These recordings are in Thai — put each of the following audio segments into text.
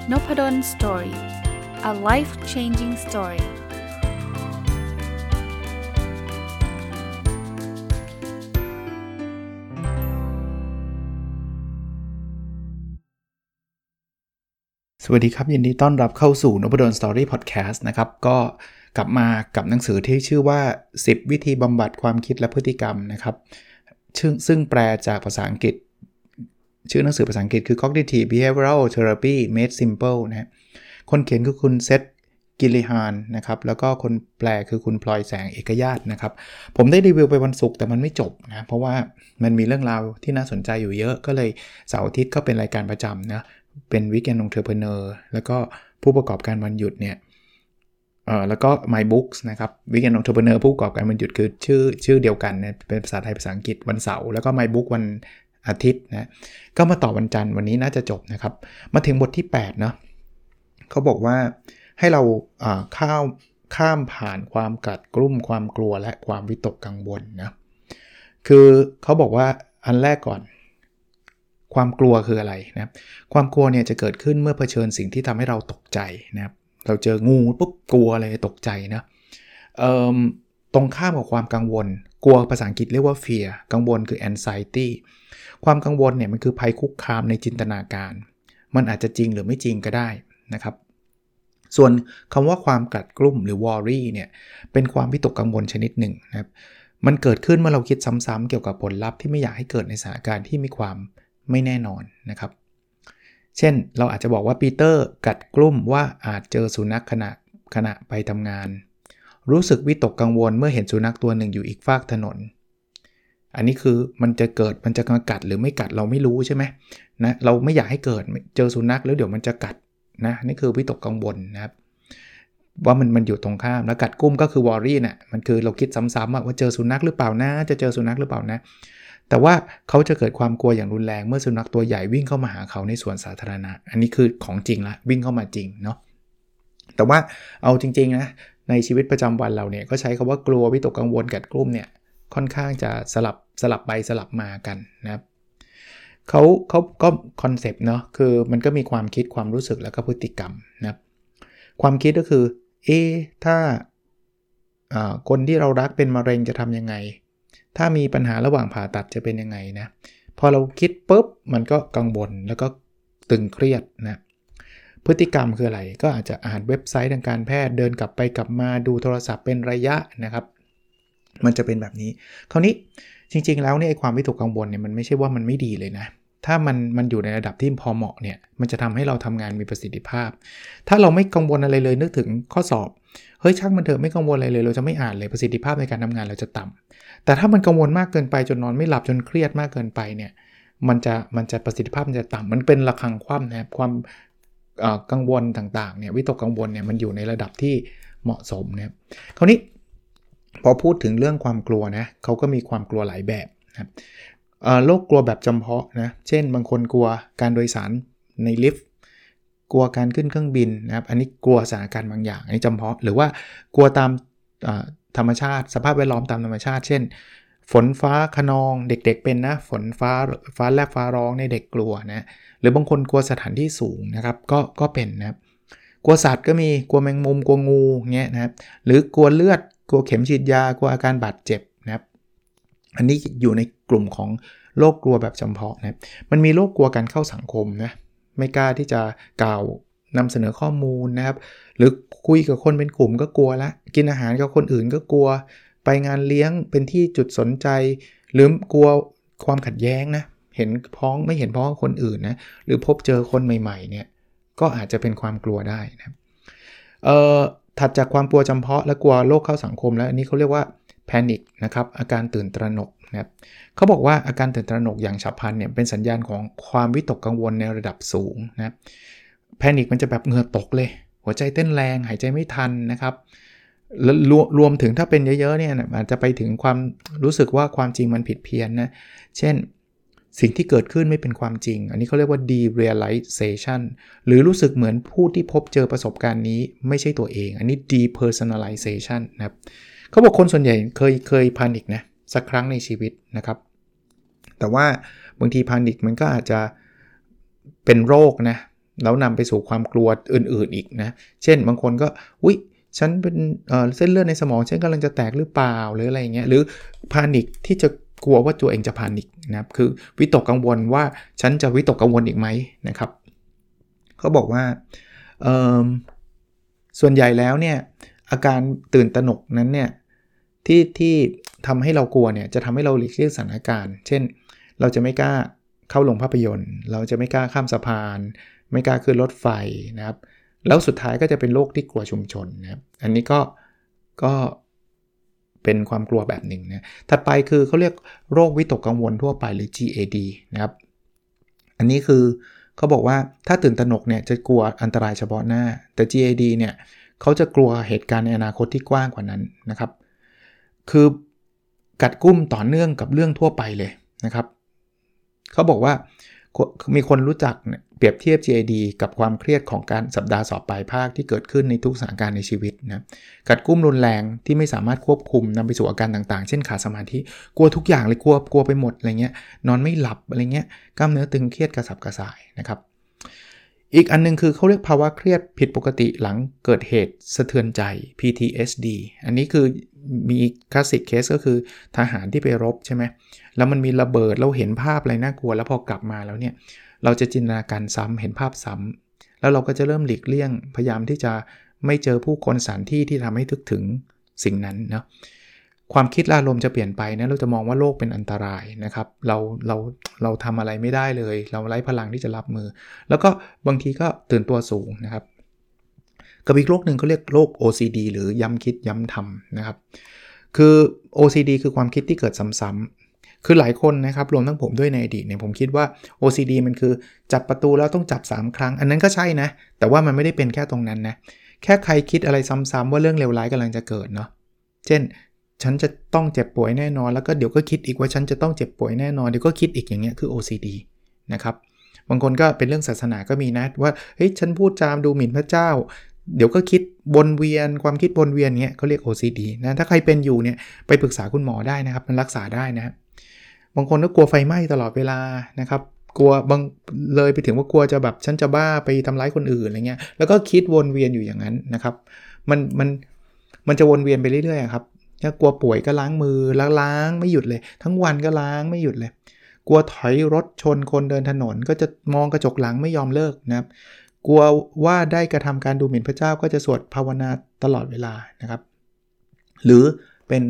Nopadon Story. A life-changing story. สวัสดีครับยินดีต้อนรับเข้าสู่ Nopadon Story Podcast นะครับก็กลับมากับหนังสือที่ชื่อว่า10วิธีบำบัดความคิดและพฤติกรรมนะครับซึ่งแปลจากภาษาอังกฤษชื่อหนังสือภาษาอังกฤษคือ Cognitive Behavioral Therapy Made Simple นะคนเขียนคือคุณเซธกิลลิฮานนะครับแล้วก็คนแปลคือคุณพลอยแสงเอกญาตินะครับผมได้รีวิวไปวันศุกร์แต่มันไม่จบนะเพราะว่ามันมีเรื่องราวที่น่าสนใจอยู่เยอะก็เลยเสาร์อาทิตย์ก็เป็นรายการประจำนะเป็น Weekend Entrepreneur แล้วก็ผู้ประกอบการวันหยุดเนี่ยแล้วก็ My Books นะครับ Weekend Entrepreneur ผู้ประกอบการวันหยุดคือชื่อเดียวกันนะเป็นภาษาไทยภาษาอังกฤษวันเสาร์แล้วก็ My Book วันอาทิตย์นะก็มาต่อวันจันทร์วันนี้น่าจะจบนะครับมาถึงบทที่8เนาะเขาบอกว่าให้เราข้ามผ่านความกัดกลุ่มความกลัวและความวิตกกังวลนะคือเขาบอกว่าอันแรกก่อนความกลัวคืออะไรนะความกลัวเนี่ยจะเกิดขึ้นเมื่อเผชิญสิ่งที่ทำให้เราตกใจนะครับเราเจองูปุ๊บกลัวเลยตกใจนะตรงข้ามกับความกังวลกลัวภาษาอังกฤษเรียกว่า fear กังวลคือ anxiety ความกังวลเนี่ยมันคือภัยคุกคามในจินตนาการมันอาจจะจริงหรือไม่จริงก็ได้นะครับส่วนคำว่าความกัดกลุ่มหรือ worry เนี่ยเป็นความวิตกกังวลชนิดหนึ่งนะครับมันเกิดขึ้นเมื่อเราคิดซ้ำๆเกี่ยวกับผลลัพธ์ที่ไม่อยากให้เกิดในสถานการณ์ที่มีความไม่แน่นอนนะครับเช่นเราอาจจะบอกว่าปีเตอร์กัดกลุ่มว่าอาจเจอสุนัขขณะไปทำงานรู้สึกวิตกกังวลเมื่อเห็นสุนัขตัวหนึ่งอยู่อีกฟากถนนอันนี้คือมันจะมากัดหรือไม่กัดเราไม่รู้ใช่ไหมนะเราไม่อยากให้เกิดเจอสุนัขแล้วเดี๋ยวมันจะกัดนะนี่คือวิตกกังวลนะครับว่ามันอยู่ตรงข้ามแล้วกัดกุ้มก็คือวอรี่น่ะมันคือเราคิดซ้ำๆว่าเจอสุนัขหรือเปล่านะจะเจอสุนัขหรือเปล่านะแต่ว่าเขาจะเกิดความกลัวอย่างรุนแรงเมื่อสุนัขตัวใหญ่วิ่งเข้ามาหาเขาในสวนสาธารณะอันนี้คือของจริงละวิ่งเข้ามาจริงเนาะแต่ว่าเอาจริงๆนะในชีวิตประจำวันเราเนี่ยก็ใช้คำว่ากลัววิตกกังวลกัดกลุ่มเนี่ยค่อนข้างจะสลับไปสลับมากันนะครับเขาก็คอนเซปต์เนาะคือมันก็มีความคิดความรู้สึกแล้วก็พฤติกรรมนะครับความคิดก็คือถ้าคนที่เรารักเป็นมะเร็งจะทำยังไงถ้ามีปัญหาระหว่างผ่าตัดจะเป็นยังไงนะพอเราคิดปุ๊บมันก็กังวลแล้วก็ตึงเครียดนะพฤติกรรมคืออะไรก็อาจจะอ่านเว็บไซต์ทางการแพทย์เดินกลับไปกลับมาดูโทรศัพท์เป็นระยะนะครับมันจะเป็นแบบนี้คราวนี้จริงๆแล้วเนี่ยความวิตกกังวลเนี่ยมันไม่ใช่ว่ามันไม่ดีเลยนะถ้ามันอยู่ในระดับที่พอเหมาะเนี่ยมันจะทำให้เราทำงานมีประสิทธิภาพถ้าเราไม่กังวลอะไรเลยนึกถึงข้อสอบเฮ้ยช่างมันเถอะไม่กังวลอะไรเลยเราจะไม่อ่านเลยประสิทธิภาพในการทำงานเราจะต่ำแต่ถ้ามันกังวลมากเกินไปจนนอนไม่หลับจนเครียดมากเกินไปเนี่ยมันจะประสิทธิภาพมันจะต่ำมันเป็นระฆังคว่ำนะครับความกังวลต่างๆเนี่ยวิตกกังวลเนี่ยมันอยู่ในระดับที่เหมาะสมนะครับคราวนี้พอพูดถึงเรื่องความกลัวนะเขาก็มีความกลัวหลายแบบนะครับโรคกลัวแบบจำเพาะนะเช่นบางคนกลัวการโดยสารในลิฟต์กลัวการขึ้นเครื่องบินนะครับอันนี้กลัวสถานการณ์บางอย่างอันนี้จำเพาะหรือว่ากลัวตามธรรมชาติสภาพแวดล้อมตามธรรมชาติเช่นฝนฟ้าคะนองเด็กๆเป็นนะฝนฟ้าแลบฟ้าร้องในเด็กกลัวนะหรือบางคนกลัวสถานที่สูงนะครับก็เป็นนะครับกลัวสัตว์ก็มีกลัวแมงมุมกลัวงูเงี้ยนะครับหรือกลัวเลือดกลัวเข็มฉีดยากลัวอาการบาดเจ็บนะครับอันนี้อยู่ในกลุ่มของโรคกลัวแบบจำเพาะนะมันมีโรคกลัวการเข้าสังคมนะไม่กล้าที่จะกล่าวนำเสนอข้อมูลนะครับหรือคุยกับคนเป็นกลุ่มก็กลัวละกินอาหารกับคนอื่นก็กลัวไปงานเลี้ยงเป็นที่จุดสนใจหรือกลัวความขัดแย้งนะเห็นพ้องไม่เห็นพ้องกับคนอื่นนะหรือพบเจอคนใหม่ๆเนี่ยก็อาจจะเป็นความกลัวได้นะถัดจากความกลัวจำเพาะและกลัวโรคเข้าสังคมแล้วอันนี้เขาเรียกว่าแพนิคนะครับอาการตื่นตระหนกนะครับเขาบอกว่าอาการตื่นตระหนกอย่างฉับพลันเนี่ยเป็นสัญญาณของความวิตกกังวลในระดับสูงนะแพนิคมันจะแบบเหงื่อตกเลยหัวใจเต้นแรงหายใจไม่ทันนะครับแล้วรวมถึงถ้าเป็นเยอะๆเนี่ยอาจจะไปถึงความรู้สึกว่าความจริงมันผิดเพี้ยนนะเช่นสิ่งที่เกิดขึ้นไม่เป็นความจริงอันนี้เขาเรียกว่า derealization หรือรู้สึกเหมือนผู้ที่พบเจอประสบการณ์นี้ไม่ใช่ตัวเองอันนี้ depersonalization นะครับเขาบอกคนส่วนใหญ่เคยพานิคนะสักครั้งในชีวิตนะครับแต่ว่าบางทีพานิคมันก็อาจจะเป็นโรคนะแล้วนำไปสู่ความกลัวอื่นๆอีกนะเช่นบางคนก็อุ๊ยฉันเป็นเส้นเลือดในสมองฉันกำลังจะแตกหรือเปล่าหรืออะไรเงี้ยหรือพานิคที่จะกลัวว่าตัวเองจะพานิคนะครับคือวิตกกังวลว่าฉันจะวิตกกังวลอีกไหมนะครับเขาบอกว่าส่วนใหญ่แล้วเนี่ยอาการตื่นตระหนกนั้นเนี่ยที่ทำให้เรากลัวเนี่ยจะทำให้เราหลีกเลี่ยงสถานการณ์เช่นเราจะไม่กล้าเข้าโรงภาพยนตร์เราจะไม่กล้าข้ามสะพานไม่กล้าขึ้นรถไฟนะครับแล้วสุดท้ายก็จะเป็นโรคที่กลัวชุมชนนะครับอันนี้ก็เป็นความกลัวแบบหนึ่งนะถัดไปคือเขาเรียกโรควิตกกังวลทั่วไปหรือ GAD นะครับอันนี้คือเขาบอกว่าถ้าตื่นตระหนกเนี่ยจะกลัวอันตรายเฉพาะหน้าแต่ GAD เนี่ยเขาจะกลัวเหตุการณ์ในอนาคตที่กว้างกว่านั้นนะครับคือกัดกุ้มต่อเนื่องกับเรื่องทั่วไปเลยนะครับเขาบอกว่ามีคนรู้จักเปรียบเทียบ GAD กับความเครียดของการสัปดาห์สอบปลายภาคที่เกิดขึ้นในทุกสถานการณ์ในชีวิตนะกัดกุ้มรุนแรงที่ไม่สามารถควบคุมนำไปสู่อาการต่างๆเช่นขาดสมาธิกลัวทุกอย่างเลยกลัวไปหมดอะไรเงี้ยนอนไม่หลับอะไรเงี้ยกล้ามเนื้อตึงเครียดกระสับกระส่ายนะครับอีกอันนึงคือเขาเรียกภาวะเครียดผิดปกติหลังเกิดเหตุสะเทือนใจ PTSD อันนี้คือมีคลาสสิกเคสก็คือทหารที่ไปรบใช่ไหมแล้วมันมีระเบิดเราเห็นภาพอะไรน่ากลัวแล้วพอกลับมาแล้วเนี่ยเราจะจินตนาการซ้ำเห็นภาพซ้ำแล้วเราก็จะเริ่มหลีกเลี่ยงพยายามที่จะไม่เจอผู้คนสถานที่ที่ทำให้นึกถึงสิ่งนั้นเนาะความคิดอารมณ์จะเปลี่ยนไปนะเราจะมองว่าโลกเป็นอันตรายนะครับเราทำอะไรไม่ได้เลยเราไร้พลังที่จะรับมือแล้วก็บางทีก็ตื่นตัวสูงนะครับกับอีกโรคนึงเขาเรียกโรค OCD หรือย้ำคิดย้ำทำนะครับคือ OCD คือความคิดที่เกิดซ้ำๆคือหลายคนนะครับรวมทั้งผมด้วยในอดีตเนี่ยผมคิดว่า OCD มันคือจับประตูแล้วต้องจับ3ครั้งอันนั้นก็ใช่นะแต่ว่ามันไม่ได้เป็นแค่ตรงนั้นนะแค่ใครคิดอะไรซ้ำๆว่าเรื่องเลวร้ายกำลังจะเกิดเนาะเช่นฉันจะต้องเจ็บป่วยแน่นอนแล้วก็เดี๋ยวก็คิดอีกว่าฉันจะต้องเจ็บป่วยแน่นอนเดี๋ยวก็คิดอีกอย่างเงี้ยคือ OCD นะครับบางคนก็เป็นเรื่องศาสนาก็มีนะว่าเฮ้ยฉันพูดจามดูหมิ่นพระเจ้าเดี๋ยวก็คิดวนเวียนความคิดวนเวียนเงี้ยเขาเรียก OCD นะถ้าใครเป็นอยู่เนี่ยไปปรึกษาคุณหมอได้นะครับมันรักษาได้นะบางคนก็กลัวไฟไหม้ตลอดเวลานะครับกลัวบางเลยไปถึงว่ากลัวจะแบบฉันจะบ้าไปทำร้ายคนอื่นอะไรเงี้ยแล้วก็คิดวนเวียนอยู่อย่างนั้นนะครับมันจะวนเวียนไปเรื่อยๆครับถ้ากลัวป่วยก็ล้างมือล้างไม่หยุดเลยทั้งวันก็ล้างไม่หยุดเลยกลัวถอยรถชนคนเดินถนนก็จะมองกระจกหลังไม่ยอมเลิกนะครับกลัวว่าได้กระทำการดูหมิ่นพระเจ้าก็จะสวดภาวนาตลอดเวลานะครับหรือเป็น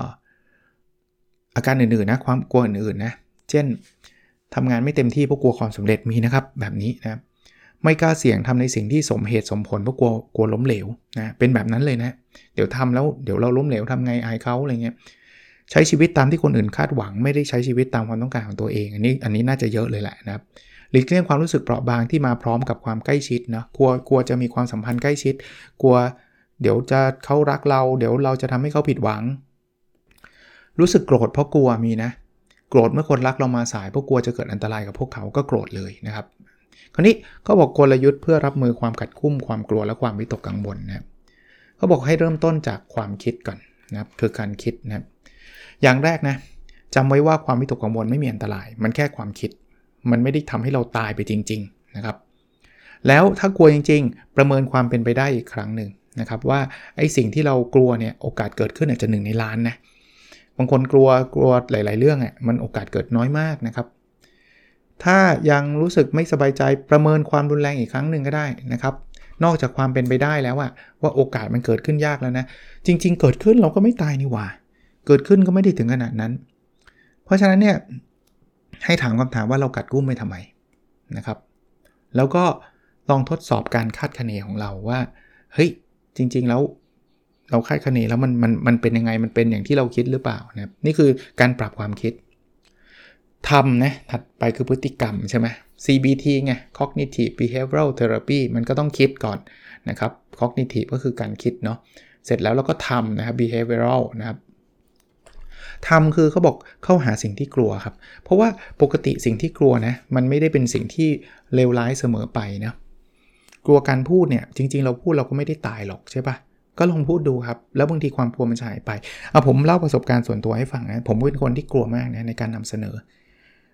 อาการอื่นๆนะความกลัวอื่นๆนะเช่นทำงานไม่เต็มที่เพราะกลัวความสำเร็จมีนะครับแบบนี้นะไม่กล้าเสี่ยงทำในสิ่งที่สมเหตุสมผลเพราะกลัวล้มเหลวนะเป็นแบบนั้นเลยนะเดี๋ยวทำแล้วเดี๋ยวเราล้มเหลวทำไงอายเขาอะไรเงี้ยใช้ชีวิตตามที่คนอื่นคาดหวังไม่ได้ใช้ชีวิตตามความต้องการของตัวเองอันนี้น่าจะเยอะเลยแหละนะครับหลีกเลี่ยงความรู้สึกเปราะบางที่มาพร้อมกับความใกล้ชิดนะกลัวจะมีความสัมพันธ์ใกล้ชิดกลัวเดี๋ยวจะเขารักเราเดี๋ยวเราจะทำให้เขาผิดหวังรู้สึกโกรธเพราะกลัวมีนะโกรธเมื่อคนรักเรามาสายเพราะกลัวจะเกิดอันตรายกับพวกเขาก็โกรธเลยนะครับคราวนี้เขาบอกกลยุทธ์เพื่อรับมือความกัดกุ้มความกลัวและความวิตกกังวลนะครับเขาบอกให้เริ่มต้นจากความคิดก่อนนะครับคือการคิดนะครับอย่างแรกนะจำไว้ว่าความวิตกกังวลไม่มีอันตรายมันแค่ความคิดมันไม่ได้ทำให้เราตายไปจริงๆนะครับแล้วถ้ากลัวจริงๆประเมินความเป็นไปได้อีกครั้งหนึ่งนะครับว่าไอ้สิ่งที่เรากลัวเนี่ยโอกาสเกิดขึ้นอาจจะ1ในล้านนะบางคนกลัวหลายๆเรื่องอ่ะมันโอกาสเกิดน้อยมากนะครับถ้ายังรู้สึกไม่สบายใจประเมินความรุนแรงอีกครั้งหนึ่งก็ได้นะครับนอกจากความเป็นไปได้แล้วว่าโอกาสมันเกิดขึ้นยากแล้วนะจริงๆเกิดขึ้นเราก็ไม่ตายนี่หว่าเกิดขึ้นก็ไม่ได้ถึงขนาดนั้นเพราะฉะนั้นเนี่ยให้ถามคำถามว่าเรากัดกุ้มไปทำไมนะครับแล้วก็ลองทดสอบการคาดคะเนของเราว่าเฮ้ยจริงๆแล้วเราคาดคะเนแล้วมันเป็นยังไงมันเป็นอย่างที่เราคิดหรือเปล่านะครับนี่คือการปรับความคิดทำนะถัดไปคือพฤติกรรมใช่ไหม CBT ไง Cognitive Behavioral Therapy มันก็ต้องคิดก่อนนะครับ Cognitive ก็คือการคิดเนาะเสร็จแล้วเราก็ทำนะครับ Behavioral นะครับทำคือเขาบอกเข้าหาสิ่งที่กลัวครับเพราะว่าปกติสิ่งที่กลัวนะมันไม่ได้เป็นสิ่งที่เลวร้ายเสมอไปนะกลัวการพูดเนี่ยจริงๆเราพูดเราก็ไม่ได้ตายหรอกใช่ปะก็ลองพูดดูครับแล้วบางทีความกลัวมันหายไปผมเล่าประสบการณ์ส่วนตัวให้ฟังนะผมเป็นคนที่กลัวมากนะในการนำเสนอ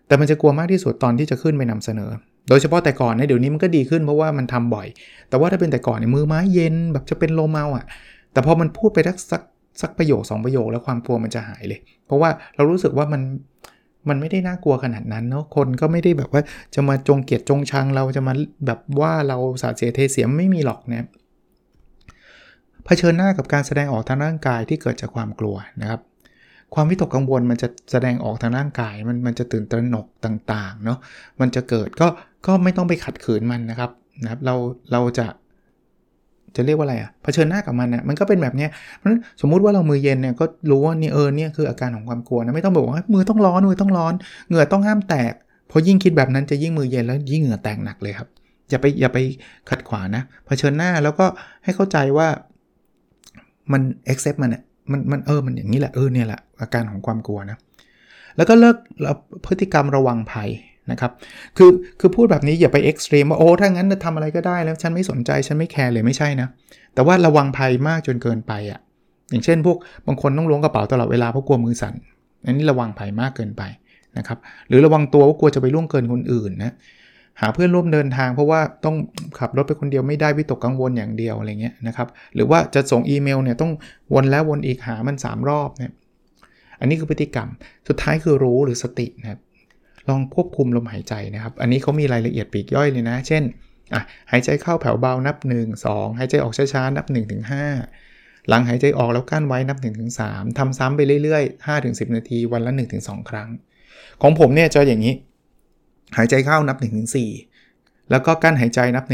แต่มันจะกลัวมากที่สุดตอนที่จะขึ้นไปนำเสนอโดยเฉพาะแต่ก่อนนะเดี๋ยวนี้มันก็ดีขึ้นเพราะว่ามันทำบ่อยแต่ว่าถ้าเป็นแต่ก่อนเนี่ยมือไม้เย็นแบบจะเป็นลมเอาอ่ะแต่พอมันพูดไปสักประโยค2ประโยคแล้วความกลัวมันจะหายเลยเพราะว่าเรารู้สึกว่ามันไม่ได้น่ากลัวขนาดนั้นเนาะคนก็ไม่ได้แบบว่าจะมาจงเกลียดจงชังเราจะมาแบบว่าเราสาดเสียเทเสียไม่มีหรอกนะเผชิญหน้ากับการแสดงออกทางร่างกายที่เกิดจากความกลัวนะครับความวิตกกังวลมันจะแสดงออกทางร่างกายมันจะตื่นตระหนกต่างๆเนาะมันจะเกิดก็ไม่ต้องไปขัดขืนมันนะครับเราจะเรียกว่าอะไรเผชิญหน้ากับมันเนี่ยมันก็เป็นแบบเนี้ยเพราะฉะนั้นสมมุติว่าเรามือเย็นเนี่ยก็รู้ว่านี่เนี่ยคืออาการของความกลัวนะไม่ต้องบอกว่ามือต้องร้อนเหงื่อต้องห้ามแตกเพราะยิ่งคิดแบบนั้นจะยิ่งมือเย็นแล้วยิ่งเหงื่อแตกหนักเลยครับอย่าไปขัดขวางนะเผชิญหน้าแล้วก็ให้เข้าใจว่ามัน accept มันเนี่ยมันอย่างนี้แหละเนี่ยแหละอาการของความกลัวนะแล้วก็เลิกพฤติกรรมระวังภัยนะครับคือพูดแบบนี้อย่าไปเอ็กซ์ตรีมว่าถ้างั้นจะทำอะไรก็ได้แล้วฉันไม่สนใจฉันไม่แคร์เลยไม่ใช่นะแต่ว่าระวังภัยมากจนเกินไปอย่างเช่นพวกบางคนต้องล้วงกระเป๋าตลอดเวลาเพราะกลัวมือสั่นอันนี้ระวังภัยมากเกินไปนะครับหรือระวังตัวว่ากลัวจะไปล่วงเกินคนอื่นนะหาเพื่อนร่วมเดินทางเพราะว่าต้องขับรถไปคนเดียวไม่ได้วิตกกังวลอย่างเดียวอะไรเงี้ยนะครับหรือว่าจะส่งอีเมลเนี่ยต้องวนแล้ววนอีกหามัน3รอบเนี่ยอันนี้คือพฤติกรรมสุดท้ายคือรู้หรือสตินะครับลองควบคุมลมหายใจนะครับอันนี้เขามีรายละเอียดปลีกย่อยเลยนะเช่นหายใจเข้าแผ่วเบานับ1 2หายใจออกช้าๆนับ 1-5 หลังหายใจออกแล้วกั้นไว้นับ 1-3 ทำซ้ำไปเรื่อยๆ 5-10 นาทีวันละ 1-2 ครั้งของผมเนี่ยจะอย่างนี้หายใจเข้านับ 1-4 แล้วก็กั้นหายใจนับ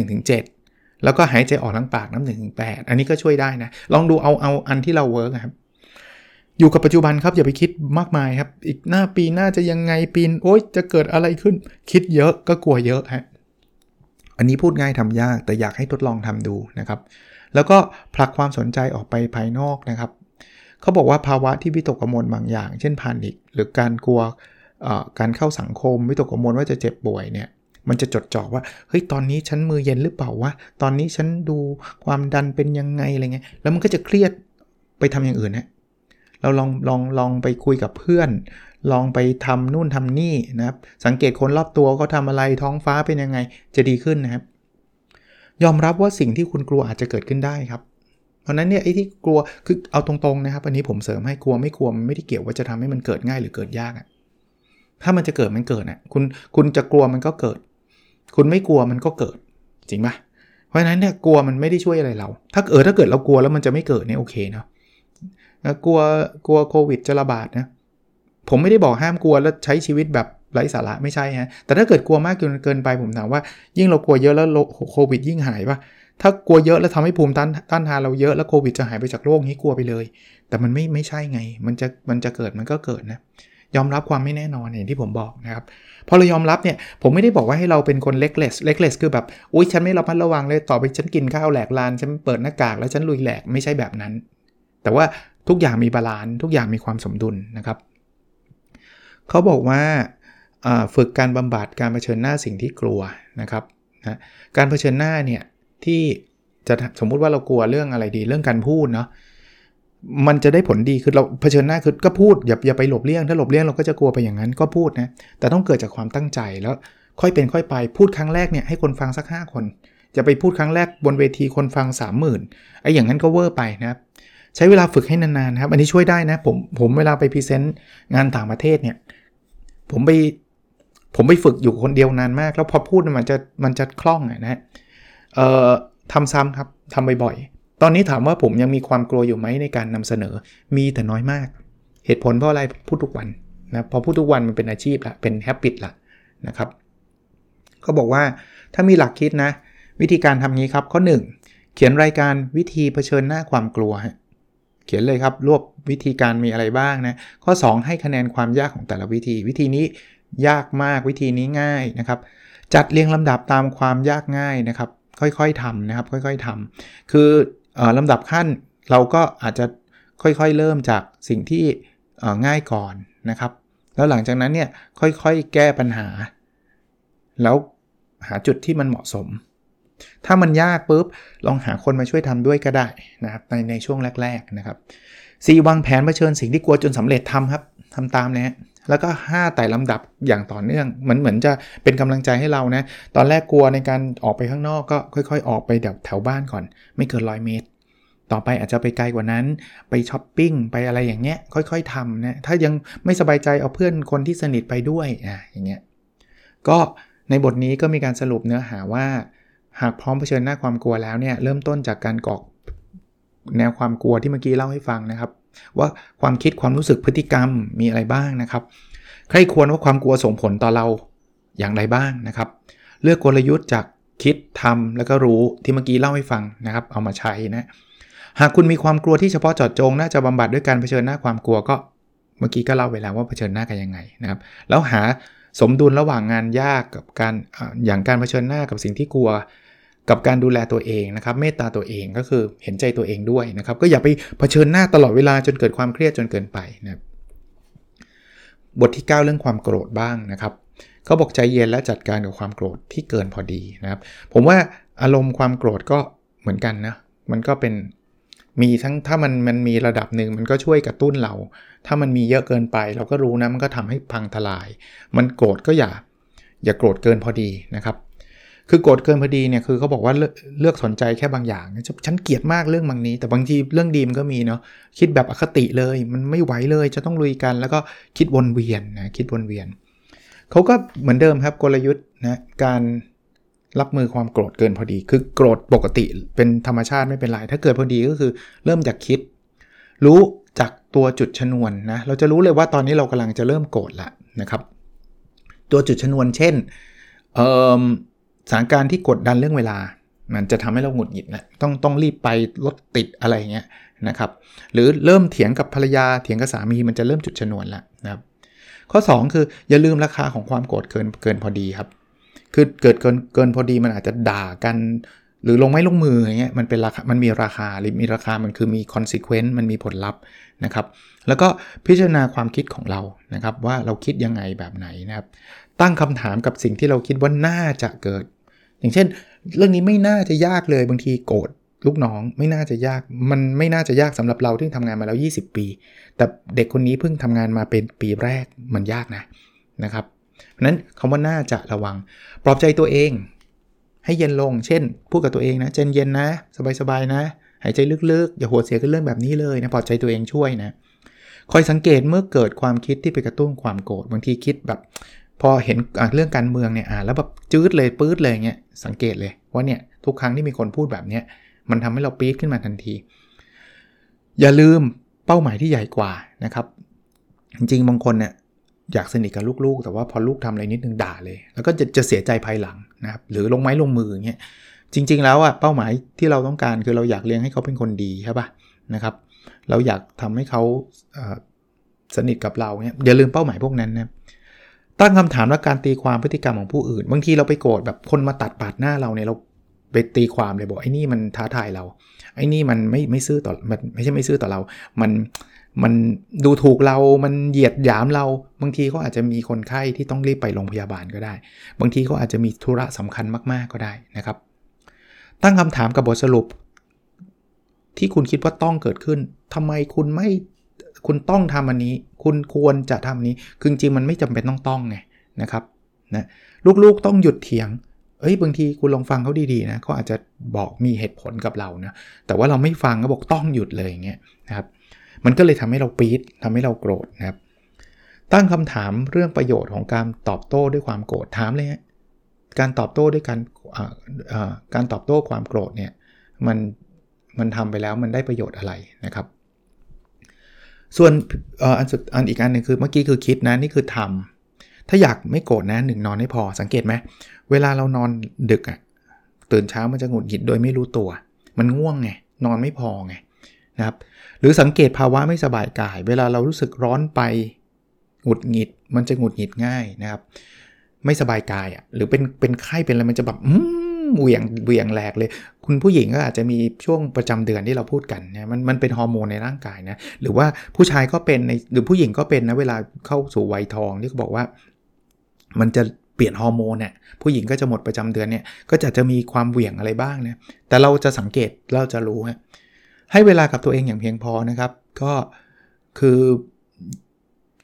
1-7 แล้วก็หายใจออกทางปากนับ 1-8 อันนี้ก็ช่วยได้นะลองดูเอาอันที่เราเวิร์กครับอยู่กับปัจจุบันครับอย่าไปคิดมากมายครับอีกปีหน้าจะยังไงจะเกิดอะไรขึ้นคิดเยอะก็กลัวเยอะฮะอันนี้พูดง่ายทำยากแต่อยากให้ทดลองทำดูนะครับแล้วก็ผลักความสนใจออกไปภายนอกนะครับเขาบอกว่าภาวะที่วิตกกังวลบางอย่างเช่นพานิคหรือการกลัวการเข้าสังคมวิตกกังวลว่าจะเจ็บป่วยเนี่ยมันจะจดจ่อว่าเฮ้ยตอนนี้ฉันมือเย็นหรือเปล่าวะตอนนี้ฉันดูความดันเป็นยังไงอะไรเงี้ยแล้วมันก็จะเครียดไปทำอย่างอื่นนะเราลองไปคุยกับเพื่อนลองไปทำนู่นทำนี่นะครับสังเกตคนรอบตัวเขาทำอะไรท้องฟ้าเป็นยังไงจะดีขึ้นนะครับยอมรับว่าสิ่งที่คุณกลัวอาจจะเกิดขึ้นได้ครับเพราะนั้นเนี่ยไอ้ที่กลัวคือเอาตรงๆนะครับอันนี้ผมเสริมให้กลัวไม่กลัวมันไม่ได้เกี่ยวว่าจะทำให้มันเกิดง่ายหรือเกิดยากถ้ามันจะเกิดมันเกิดคุณจะกลัวมันก็เกิดคุณไม่กลัวมันก็เกิดจริงป่ะเพราะฉะนั้นเนี่ยกลัวมันไม่ได้ช่วยอะไรเราถ้าเกิดเรากลัวแล้วมันจะไม่เกิดเนี่ยโอเคเนาะกลัวโควิดจะระบาดนะผมไม่ได้บอกห้ามกลัวแล้วใช้ชีวิตแบบไร้สาระไม่ใช่ฮะแต่ถ้าเกิดกลัวมากจนเกินไปผมถามว่ายิ่งเรากลัวเยอะแล้วโควิดยิ่งหายป่ะถ้ากลัวเยอะแล้วทำให้ภูมิต้านทานเราเยอะแล้วโควิดจะหายไปจากโลกนี้กลัวไปเลยแต่มันไม่ใช่ไงมันจะเกิดมันก็เกิดนะยอมรับความไม่แน่นอนอย่างที่ผมบอกนะครับพอเรายอมรับเนี่ยผมไม่ได้บอกว่าให้เราเป็นคนlecklessคือแบบอุ๊ยฉันไม่ระวังเลยต่อไปฉันกินข้าวแหลกลานฉันเปิดหน้ากากแล้วฉันลุยแหลกไม่ใช่แบบนั้นแต่ว่าทุกอย่างมีบาลานซ์ทุกอย่างมีความสมดุลนะครับเขาบอกว่าฝึกการบำบัดการเผชิญหน้าสิ่งที่กลัวนะครับนะการเผชิญหน้าเนี่ยที่จะสมมุติว่าเรากลัวเรื่องอะไรดีเรื่องการพูดเนาะมันจะได้ผลดีคือเราเผชิญหน้าคือก็พูดอย่าไปหลบเลี่ยงถ้าหลบเลี่ยงเราก็จะกลัวไปอย่างนั้นก็พูดนะแต่ต้องเกิดจากความตั้งใจแล้วค่อยเป็นค่อยไปพูดครั้งแรกเนี่ยให้คนฟังสัก5คนจะไปพูดครั้งแรกบนเวทีคนฟัง 30,000 ไอ้อย่างนั้นก็เวอร์ไปนะครับใช้เวลาฝึกให้นานๆครับอันนี้ช่วยได้นะผมเวลาไปพรีเซนต์งานต่างประเทศเนี่ยผมไปฝึกอยู่คนเดียวนานมากแล้วพอพูดมันจะคล่องนะทำซ้ำครับทำบ่อยๆตอนนี้ถามว่าผมยังมีความกลัวอยู่ไหมในการนำเสนอมีแต่น้อยมากเหตุผลเพราะอะไรพูดทุกวันนะพอพูดทุกวันมันเป็นอาชีพละเป็นแฮบิตละนะครับเขาบอกว่าถ้ามีหลักคิดนะวิธีการทำงี้ครับข้อ1เขียนรายการวิธีเผชิญหน้าความกลัวเขียนเลยครับรวบวิธีการมีอะไรบ้างนะข้อ2ให้คะแนนความยากของแต่ละวิธีนี้ยากมากวิธีนี้ง่ายนะครับจัดเรียงลำดับตามความยากง่ายนะครับค่อยๆทำนะครับค่อยๆทำคือลำดับขั้นเราก็อาจจะค่อยๆเริ่มจากสิ่งที่ง่ายก่อนนะครับแล้วหลังจากนั้นเนี่ยค่อยๆแก้ปัญหาแล้วหาจุดที่มันเหมาะสมถ้ามันยากปุ๊บลองหาคนมาช่วยทำด้วยก็ได้นะครับในช่วงแรกๆนะครับ4วางแผนเผชิญสิ่งที่กลัวจนสำเร็จทำครับทำตามเลยฮะแล้วก็5ไต่ลำดับอย่างต่อเนื่องเหมือนจะเป็นกำลังใจให้เรานะตอนแรกกลัวในการออกไปข้างนอกก็ค่อยๆออกไปแถวบ้านก่อนไม่เกิน100 เมตรต่อไปอาจจะไปไกลกว่านั้นไปช้อปปิ้งไปอะไรอย่างเงี้ยค่อยๆทำนะถ้ายังไม่สบายใจเอาเพื่อนคนที่สนิทไปด้วยอย่างเงี้ยก็ในบทนี้ก็มีการสรุปเนื้อหาว่าหากพร้อมเผชิญหน้าความกลัวแล้วเนี่ยเริ่มต้นจากการกรอกแนวความกลัวที่เมื่อกี้เล่าให้ฟังนะครับว่าความคิดความรู้สึกพฤติกรรมมีอะไรบ้างนะครับใครควรว่าความกลัวส่งผลต่อเราอย่างไรบ้างนะครับเลือกกลยุทธ์จากคิดทำแล้วก็รู้ที่เมื่อกี้เล่าให้ฟังนะครับเอามาใช้นะหากคุณมีความกลัวที่เฉพาะเจาะจงน่าจะบำบัดด้วยการเผชิญหน้าความกลัวก็เมื่อกี้ก็เล่าไปแล้วว่าเผชิญหน้ากันยังไงนะครับแล้วหาสมดุลระหว่างงานยากกับการอย่างการเผชิญหน้ากับสิ่งที่กลัวกับการดูแลตัวเองนะครับเมตตาตัวเองก็คือเห็นใจตัวเองด้วยนะครับก็อย่าไปเผชิญหน้าตลอดเวลาจนเกิดความเครียดจนเกินไปนะครับบทที่9เรื่องความโกรธบ้างนะครับเขาบอกใจเย็นและจัดการกับความโกรธที่เกินพอดีนะครับผมว่าอารมณ์ความโกรธก็เหมือนกันนะมันก็เป็นมีทั้งถ้ามันมีระดับหนึ่งมันก็ช่วยกระตุ้นเราถ้ามันมีเยอะเกินไปเราก็รู้นะมันก็ทำให้พังทลายมันโกรธก็อย่าโกรธเกินพอดีนะครับคือโกรธเกินพอดีเนี่ยคือเขาบอกว่าเลือกสนใจแค่บางอย่างฉันเกลียดมากเรื่องบางนี้แต่บางทีเรื่องดีมันก็มีเนาะคิดแบบอคติเลยมันไม่ไหวเลยจะต้องลุยกันแล้วก็คิดวนเวียนนะคิดวนเวียนเขาก็เหมือนเดิมครับกลยุทธ์นะการรับมือความโกรธเกินพอดีคือโกรธปกติเป็นธรรมชาติไม่เป็นไรถ้าเกิดพอดีก็คือเริ่มจากคิดรู้จากตัวจุดชนวนนะเราจะรู้เลยว่าตอนนี้เรากำลังจะเริ่มโกรธละนะครับตัวจุดชนวนเช่นสถานการณ์ที่กดดันเรื่องเวลามันจะทำให้เราหงุดหงิดนะต้องรีบไปรถติดอะไรอย่างเงี้ยนะครับหรือเริ่มเถียงกับภรรยาเถียงกับสามีมันจะเริ่มจุดชนวนแล้วนะครับข้อ2คืออย่าลืมราคาของความโกรธเกินพอดีครับคือเกินพอดีมันอาจจะด่ากันหรือลงไม้ลงมืออย่างเงี้ยมันเป็นราคามันมีราคาหรือมีราคามันคือมี consequence มันมีผลลัพธ์นะครับแล้วก็พิจารณาความคิดของเรานะครับว่าเราคิดยังไงแบบไหนนะครับตั้งคำถามกับสิ่งที่เราคิดว่าน่าจะเกิดอย่างเช่นเรื่องนี้ไม่น่าจะยากเลยบางทีโกรธลูกน้องไม่น่าจะยากมันไม่น่าจะยากสำหรับเราที่ทำงานมาแล้ว20 ปีแต่เด็กคนนี้เพิ่งทำงานมาเป็นปีแรกมันยากนะครับเพราะนั้นคำว่าน่าจะระวังปลอบใจตัวเองให้เย็นลงเช่นพูดกับตัวเองนะใจเย็นนะสบายๆนะหายใจลึกๆอย่าหัวเสียกับเรื่องแบบนี้เลยนะปลอบใจตัวเองช่วยนะคอยสังเกตเมื่อเกิดความคิดที่ไปกระตุ้นความโกรธบางทีคิดแบบพอเห็นเรื่องการเมืองเนี่ยแล้วแบบจืดเลยปื๊ดเลยเงี้ยสังเกตเลยว่าเนี่ยทุกครั้งที่มีคนพูดแบบเนี้ยมันทำให้เราปี๊ดขึ้นมาทันทีอย่าลืมเป้าหมายที่ใหญ่กว่านะครับจริงๆบางคนเนี่ยอยากสนิทกับลูกๆแต่ว่าพอลูกทำอะไรนิดนึงด่าเลยแล้วก็จะเสียใจภายหลังนะครับหรือลงไม้ลงมืออย่างเงี้ยจริงๆแล้วเป้าหมายที่เราต้องการคือเราอยากเลี้ยงให้เขาเป็นคนดีใช่ป่ะนะครับเราอยากทำให้เขาสนิทกับเราเนี่ยอย่าลืมเป้าหมายพวกนั้นนะตั้งคำถามว่าการตีความพฤติกรรมของผู้อื่นบางทีเราไปโกรธแบบคนมาตัดปาดหน้าเราเนี่ยเราไปตีความเลยบอกไอ้นี่มันท้าทายเราไอ้นี่มันไม่ซื่อต่อมันไม่ใช่ไม่ซื่อต่อเรามันดูถูกเรามันเหยียดหยามเราบางทีเขาอาจจะมีคนไข้ที่ต้องรีบไปโรงพยาบาลก็ได้บางทีเขาอาจจะมีธุระสำคัญมากๆก็ได้นะครับตั้งคำถามกับบทสรุปที่คุณคิดว่าต้องเกิดขึ้นทำไมคุณต้องทำอันนี้คุณควรจะทำนี้คือจริงมันไม่จำเป็นต้องไงนะครับนะลูกๆต้องหยุดเถียงบางทีคุณลองฟังเขาดีๆนะเขาอาจจะบอกมีเหตุผลกับเรานะแต่ว่าเราไม่ฟังก็บอกต้องหยุดเลยอย่างเงี้ยนะครับมันก็เลยทำให้เราปี๊ดทำให้เราโกรธนะครับตั้งคำถามเรื่องประโยชน์ของการตอบโต้ด้วยความโกรธถามเลยฮะการตอบโต้ด้วยการตอบโต้ความโกรธเนี่ยมันทำไปแล้วมันได้ประโยชน์อะไรนะครับส่วนอันอีกอันนึงคือเมื่อกี้คือคิดนะนี่คือทำถ้าอยากไม่โกรธนะ1นอนให้พอสังเกตไหมเวลาเรานอนดึกตื่นเช้ามันจะหงุดหงิดโดยไม่รู้ตัวมันง่วงไงนอนไม่พอไงนะครับหรือสังเกตภาวะไม่สบายกายเวลาเรารู้สึกร้อนไปหงุดหงิดมันจะหงุดหงิดง่ายนะครับไม่สบายกายหรือเป็นไข้เป็นอะไรมันจะแบบเหวี่ยงแหลกเลยคุณผู้หญิงก็อาจจะมีช่วงประจำเดือนที่เราพูดกันนะมันเป็นฮอร์โมนในร่างกายนะหรือว่าผู้ชายก็เป็นหรือผู้หญิงก็เป็นนะเวลาเข้าสู่วัยทองที่เขาบอกว่ามันจะเปลี่ยนฮอร์โมนเนี่ยผู้หญิงก็จะหมดประจำเดือนเนี่ยก็จะมีความเหวี่ยงอะไรบ้างนะแต่เราจะสังเกตเราจะรู้ให้เวลากับตัวเองอย่างเพียงพอนะครับก็คือ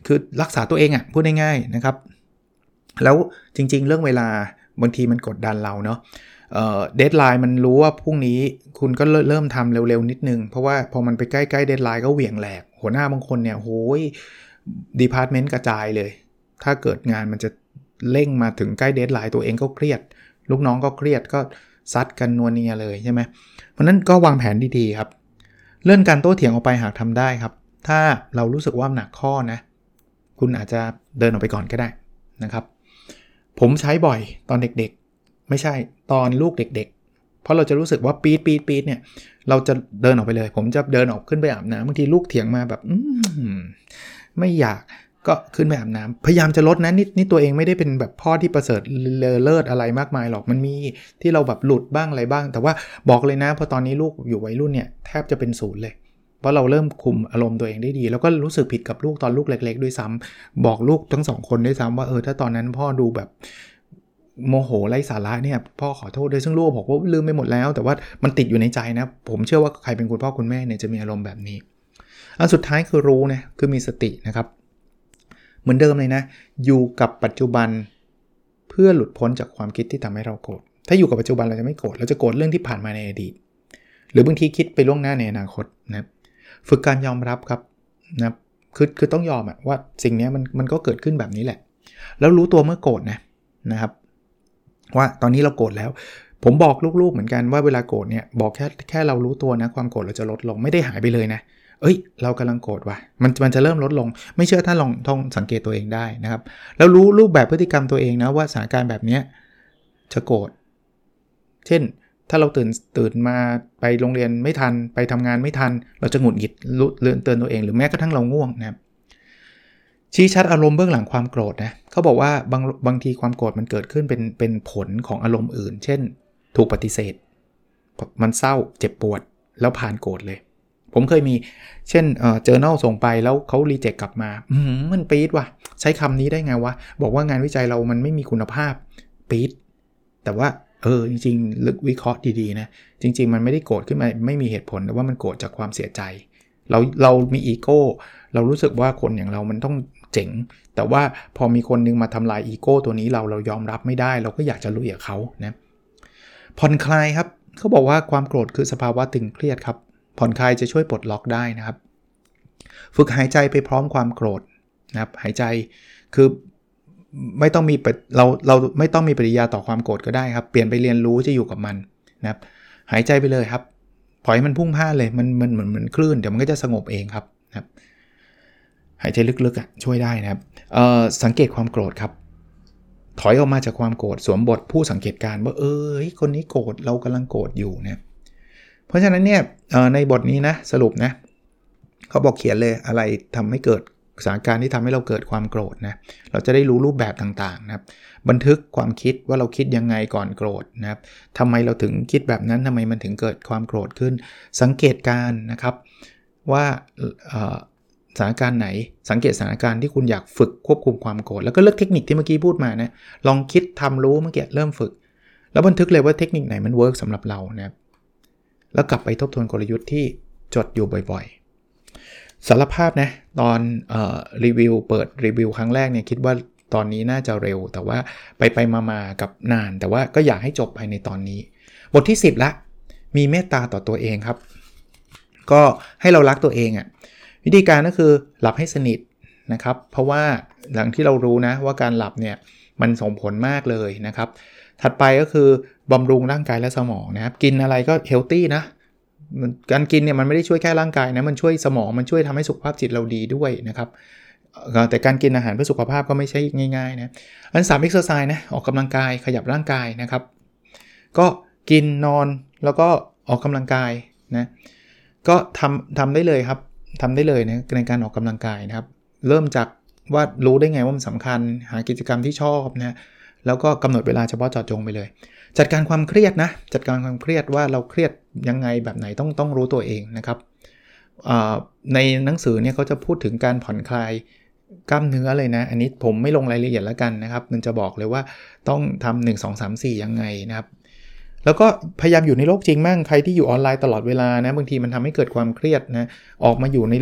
คือรักษาตัวเองอ่ะพูดง่ายๆนะครับแล้วจริงๆเรื่องเวลาบางทีมันกดดันเราเนาะเดดไลน์มันรู้ว่าพรุ่งนี้คุณก็เริ่มทำเร็วๆนิดนึงเพราะว่าพอมันไปใกล้ๆเดดไลน์ก็เหวี่ยงแหลกหัวหน้าบางคนเนี่ยโหยดีพาร์ตเมนต์กระจายเลยถ้าเกิดงานมันจะเร่งมาถึงใกล้เดดไลน์ตัวเองก็เครียดลูกน้องก็เครียดก็ซัดกันนัวเนียเลยใช่ไหมเพราะนั้นก็วางแผนดีๆครับเลื่อนการโต้เถียงออกไปหากทำได้ครับถ้าเรารู้สึกว่าหนักข้อนะคุณอาจจะเดินออกไปก่อนก็ได้นะครับผมใช้บ่อยตอนเด็กๆไม่ใช่ตอนลูกเด็กๆเพราะเราจะรู้สึกว่าปี๊ดเนี่ยเราจะเดินออกไปเลยผมจะเดินออกขึ้นไปอาบน้ำบางทีลูกเถียงมาแบบไม่อยากก็ขึ้นไปอาบน้ำพยายามจะลดนะนี่ตัวเองไม่ได้เป็นแบบพ่อที่ประเสริฐเลิศอะไรมากมายหรอกมันมีที่เราแบบหลุดบ้างอะไรบ้างแต่ว่าบอกเลยนะพอตอนนี้ลูกอยู่วัยรุ่นเนี่ยแทบจะเป็นศูนย์เลยเพราะเราเริ่มคุมอารมณ์ตัวเองได้ดีแล้วก็รู้สึกผิดกับลูกตอนลูกเล็กๆด้วยซ้ำบอกลูกทั้งสองคนด้วยซ้ำว่าถ้าตอนนั้นพ่อดูแบบโมโหไร้สาระเนี่ยพ่อขอโทษด้วยซึ่งลูกบอกว่าลืมไปหมดแล้วแต่ว่ามันติดอยู่ในใจนะผมเชื่อว่าใครเป็นคุณพ่อคุณแม่เนี่ยจะมีอารมณ์แบบนี้อันสุดท้ายคือรู้นะคือมีสตินะครับเหมือนเดิมเลยนะอยู่กับปัจจุบันเพื่อหลุดพ้นจากความคิดที่ทำให้เราโกรธถ้าอยู่กับปัจจุบันเราจะไม่โกรธเราจะโกรธเรื่องที่ผ่านมาในอดีตหรือบางทีคิดไปล่วงหน้าในอนาคตนะฝึกการยอมรับครับนะคือต้องยอมว่าสิ่งนี้มันก็เกิดขึ้นแบบนี้แหละแล้วรู้ตัวเมื่อโกรธนะครับว่าตอนนี้เราโกรธแล้วผมบอกลูกๆเหมือนกันว่าเวลาโกรธเนี่ยบอกแค่เรารู้ตัวนะความโกรธเราจะลดลงไม่ได้หายไปเลยนะเรากำลังโกรธว่ะมันจะเริ่มลดลงไม่เชื่อถ้าลองสังเกตตัวเองได้นะครับแล้วรู้รูปแบบพฤติกรรมตัวเองนะว่าสถานการณ์แบบนี้จะโกรธเช่นถ้าเราตื่นมาไปโรงเรียนไม่ทันไปทำงานไม่ทันเราจะหงุดหงิดเตือนตัวเองหรือแม้กระทั่งเราง่วงนะครับชี้ชัดอารมณ์เบื้องหลังความโกรธนะเขาบอกว่าบางทีความโกรธมันเกิดขึ้นเป็นผลของอารมณ์อื่นเช่นถูกปฏิเสธมันเศร้าเจ็บปวดแล้วผ่านโกรธเลยผมเคยมีเช่นjournal ส่งไปแล้วเขารีเจ็คกลับมามันปี๊ดว่ะใช้คำนี้ได้ไงวะบอกว่างานวิจัยเรามันไม่มีคุณภาพปี๊ดแต่ว่าจริงๆลึกวิเคราะห์ดีๆนะจริงๆมันไม่ได้โกรธขึ้นมาไม่มีเหตุผลแต่ว่ามันโกรธจากความเสียใจเรามีอีโก้เรารู้สึกว่าคนอย่างเรามันต้องเจ๋งแต่ว่าพอมีคนนึงมาทำลายอีโก้ตัวนี้เรายอมรับไม่ได้เราก็อยากจะลุยกับเขานะผ่อนคลายครับเขาบอกว่าความโกรธคือสภาวะตึงเครียดครับผ่อนคลายจะช่วยปลดล็อกได้นะครับฝึกหายใจไปพร้อมความโกรธนะครับหายใจคือไม่ต้องมีเราไม่ต้องมีปฏิกิริยาต่อความโกรธก็ได้ครับเปลี่ยนไปเรียนรู้จะอยู่กับมันนะครับหายใจไปเลยครับปล่อยให้มันพุ่งพ่านเลยมันเหมือนคลื่นเดี๋ยวมันก็จะสงบเองครับนะครับหายใจลึกๆช่วยได้นะครับสังเกตความโกรธครับถอยออกมาจากความโกรธสวมบทผู้สังเกตการณ์ว่าคนนี้โกรธเรากำลังโกรธอยู่นะเพราะฉะนั้นเนี่ยในบทนี้นะสรุปนะเขาบอกเขียนเลยอะไรทำให้เกิดสถานการณ์ที่ทำให้เราเกิดความโกรธนะเราจะได้รู้รูปแบบต่างๆนะครับบันทึกความคิดว่าเราคิดยังไงก่อนโกรธนะครับทำไมเราถึงคิดแบบนั้นทำไมมันถึงเกิดความโกรธขึ้นสังเกตการณ์นะครับว่าสถานการณ์ไหนสังเกตสถานการณ์ที่คุณอยากฝึกควบคุมความโกรธแล้วก็เลือกเทคนิคที่เมื่อกี้พูดมานะลองคิดทำรู้เมื่อกี้เริ่มฝึกแล้วบันทึกเลยว่าเทคนิคไหนมันเวิร์กสำหรับเรานะครับแล้วกลับไปทบทวนกลยุทธ์ที่จดอยู่บ่อยๆสารภาพนะตอนรีวิวเปิดรีวิวครั้งแรกเนี่ยคิดว่าตอนนี้น่าจะเร็วแต่ว่าไปมากับนานแต่ว่าก็อยากให้จบภายในตอนนี้บทที่10ละมีเมตตาต่อตัวเองครับก็ให้เรารักตัวเองวิธีการก็คือหลับให้สนิทนะครับเพราะว่าหลังที่เรารู้นะว่าการหลับเนี่ยมันส่งผลมากเลยนะครับถัดไปก็คือบำรุงร่างกายและสมองนะครับกินอะไรก็เฮลตี้นะการกินเนี่ยมันไม่ได้ช่วยแค่ร่างกายนะมันช่วยสมองมันช่วยทำให้สุขภาพจิตเราดีด้วยนะครับแต่การกินอาหารเพื่อสุขภาพก็ไม่ใช่ง่ายๆนะอัน3 exercise นะออกกำลังกายขยับร่างกายนะครับก็กินนอนแล้วก็ออกกำลังกายนะก็ทำได้เลยครับทำได้เลยนะในการออกกำลังกายนะครับเริ่มจากว่ารู้ได้ไงว่ามันสำคัญหากิจกรรมที่ชอบนะแล้วก็กำหนดเวลาเฉพาะเจาะจงไปเลยจัดการความเครียดนะจัดการความเครียดว่าเราเครียดยังไงแบบไหนต้องรู้ตัวเองนะครับในหนังสือเนี่ยเขาจะพูดถึงการผ่อนคลายกล้ามเนื้อเลยนะอันนี้ผมไม่ลงรายละเอียดแล้วกันนะครับมันจะบอกเลยว่าต้องทำ1 2 3 4ยังไงนะครับแล้วก็พยายามอยู่ในโลกจริงมั่งใครที่อยู่ออนไลน์ตลอดเวลานะบางทีมันทำให้เกิดความเครียดนะออกมาอยู่ในโลก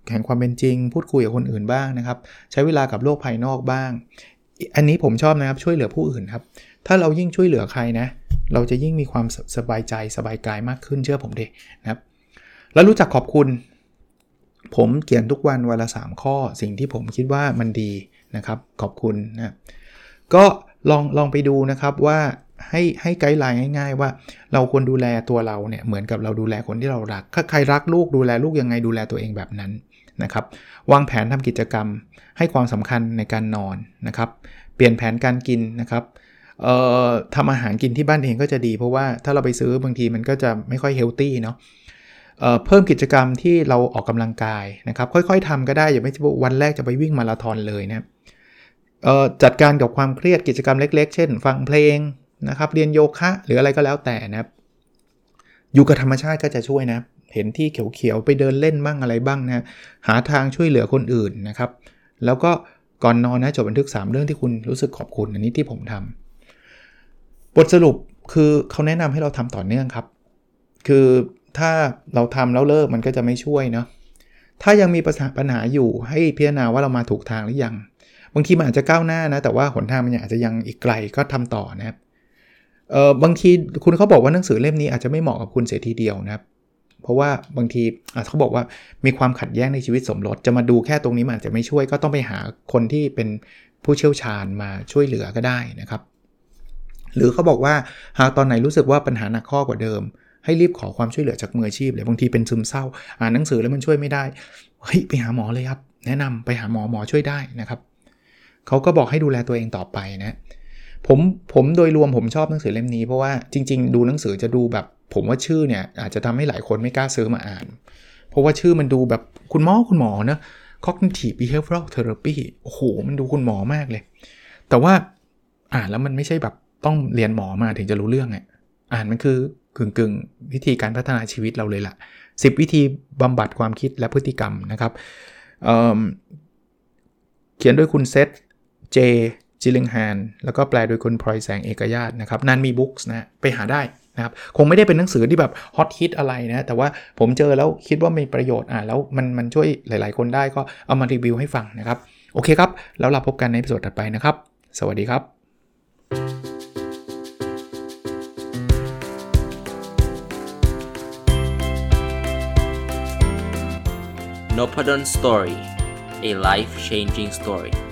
แห่งความเป็นจริงพูดคุยกับคนอื่นบ้างนะครับใช้เวลากับโลกภายนอกบ้างอันนี้ผมชอบนะครับช่วยเหลือผู้อื่นครับถ้าเรายิ่งช่วยเหลือใครนะเราจะยิ่งมีความสบายใจสบายกายมากขึ้นเชื่อผมดินะครับแล้วรู้จักขอบคุณผมเขียนทุกวันละ3ข้อสิ่งที่ผมคิดว่ามันดีนะครับขอบคุณนะก็ลองไปดูนะครับว่าให้ไกด์ไลน์ง่ายๆว่าเราควรดูแลตัวเราเนี่ยเหมือนกับเราดูแลคนที่เรารักถ้าใครรักลูกดูแลลูกยังไงดูแลตัวเองแบบนั้นนะครับวางแผนทำกิจกรรมให้ความสำคัญในการนอนนะครับเปลี่ยนแผนการกินนะครับทำอาหารกินที่บ้านเองก็จะดีเพราะว่าถ้าเราไปซื้อบางทีมันก็จะไม่ค่อยเฮลตี้เนาะเพิ่มกิจกรรมที่เราออกกำลังกายนะครับค่อยๆทำก็ได้อย่าไม่ใช่วันแรกจะไปวิ่งมาราธอนเลยนะจัดการกับความเครียดกิจกรรมเล็กๆเช่นฟังเพลงนะครับเรียนโยคะหรืออะไรก็แล้วแต่นะครับอยู่กับธรรมชาติก็จะช่วยนะเห็นที่เขียวๆไปเดินเล่นบ้างอะไรบ้างนะหาทางช่วยเหลือคนอื่นนะครับแล้วก็ก่อนนอนนะจดบันทึก3เรื่องที่คุณรู้สึกขอบคุณอันนี้ที่ผมทำบทสรุปคือเขาแนะนำให้เราทำต่อเนื่องครับคือถ้าเราทำแล้วเลิกมันก็จะไม่ช่วยเนาะถ้ายังมีปัญหาอยู่ให้พิจารณาว่าเรามาถูกทางหรือยังบางทีมันอาจจะก้าวหน้านะแต่ว่าหนทางมันอาจจะยังอีกไกลก็ทำต่อนะครับบางทีคุณเขาบอกว่าหนังสือเล่มนี้อาจจะไม่เหมาะกับคุณเสียทีเดียวนะครับเพราะว่าบางทีเขาบอกว่ามีความขัดแย้งในชีวิตสมรสจะมาดูแค่ตรงนี้มันอาจจะไม่ช่วยก็ต้องไปหาคนที่เป็นผู้เชี่ยวชาญมาช่วยเหลือก็ได้นะครับหรือเขาบอกว่าหากตอนไหนรู้สึกว่าปัญหาหนักข้อกว่าเดิมให้รีบขอความช่วยเหลือจากมืออาชีพเลยบางทีเป็นซึมเศร้าอ่านหนังสือแล้วมันช่วยไม่ได้เฮ้ยไปหาหมอเลยครับแนะนำไปหาหมอช่วยได้นะครับเขาก็บอกให้ดูแลตัวเองต่อไปนะผมโดยรวมผมชอบหนังสือเล่มนี้เพราะว่าจริงๆดูหนังสือจะดูแบบผมว่าชื่อเนี่ยอาจจะทำให้หลายคนไม่กล้าซื้อมาอ่านเพราะว่าชื่อมันดูแบบคุณหมอนะ Cognitive Behavioral Therapy โอ้โหมันดูคุณหมอมากเลยแต่ว่าอ่านแล้วมันไม่ใช่แบบต้องเรียนหมอมาถึงจะรู้เรื่องอ่านมันคือกึ่งวิธีการพัฒนาชีวิตเราเลยล่ะ10วิธีบำบัดความคิดและพฤติกรรมนะครับเขียนโดยคุณเซธ เจ จิลลิงแฮนแล้วก็แปลโดยคุณพลอยแสงเอกญาตินะครับนันมีบุ๊กส์นะไปหาได้นะครับคงไม่ได้เป็นหนังสือที่แบบฮอตฮิตอะไรนะแต่ว่าผมเจอแล้วคิดว่ามีประโยชน์แล้วมันช่วยหลายๆคนได้ก็เอามารีวิวให้ฟังนะครับโอเคครับแล้วเราพบกันในตอนถัดไปนะครับสวัสดีครับ Nopadon Story, a life-changing story.